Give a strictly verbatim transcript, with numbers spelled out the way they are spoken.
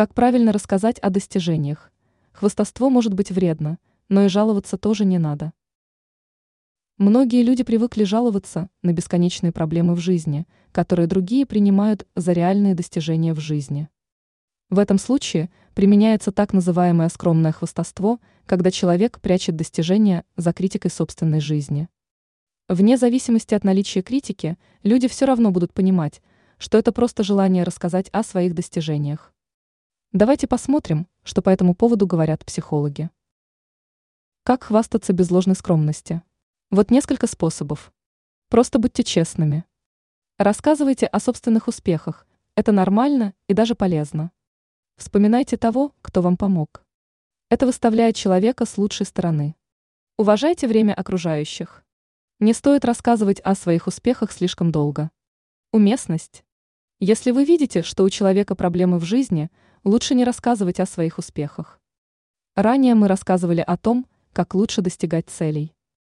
Как правильно рассказать о достижениях? Хвастовство может быть вредно, но и жаловаться тоже не надо. Многие люди привыкли жаловаться на бесконечные проблемы в жизни, которые другие принимают за реальные достижения в жизни. В этом случае применяется так называемое скромное хвастовство, когда человек прячет достижения за критикой собственной жизни. Вне зависимости от наличия критики, люди все равно будут понимать, что это просто желание рассказать о своих достижениях. Давайте посмотрим, что по этому поводу говорят психологи. Как хвастаться без ложной скромности? Вот несколько способов. Просто будьте честными. Рассказывайте о собственных успехах. Это нормально и даже полезно. Вспоминайте того, кто вам помог. Это выставляет человека с лучшей стороны. Уважайте время окружающих. Не стоит рассказывать о своих успехах слишком долго. Уместность. Если вы видите, что у человека проблемы в жизни, лучше не рассказывать о своих успехах. Ранее мы рассказывали о том, как лучше достигать целей.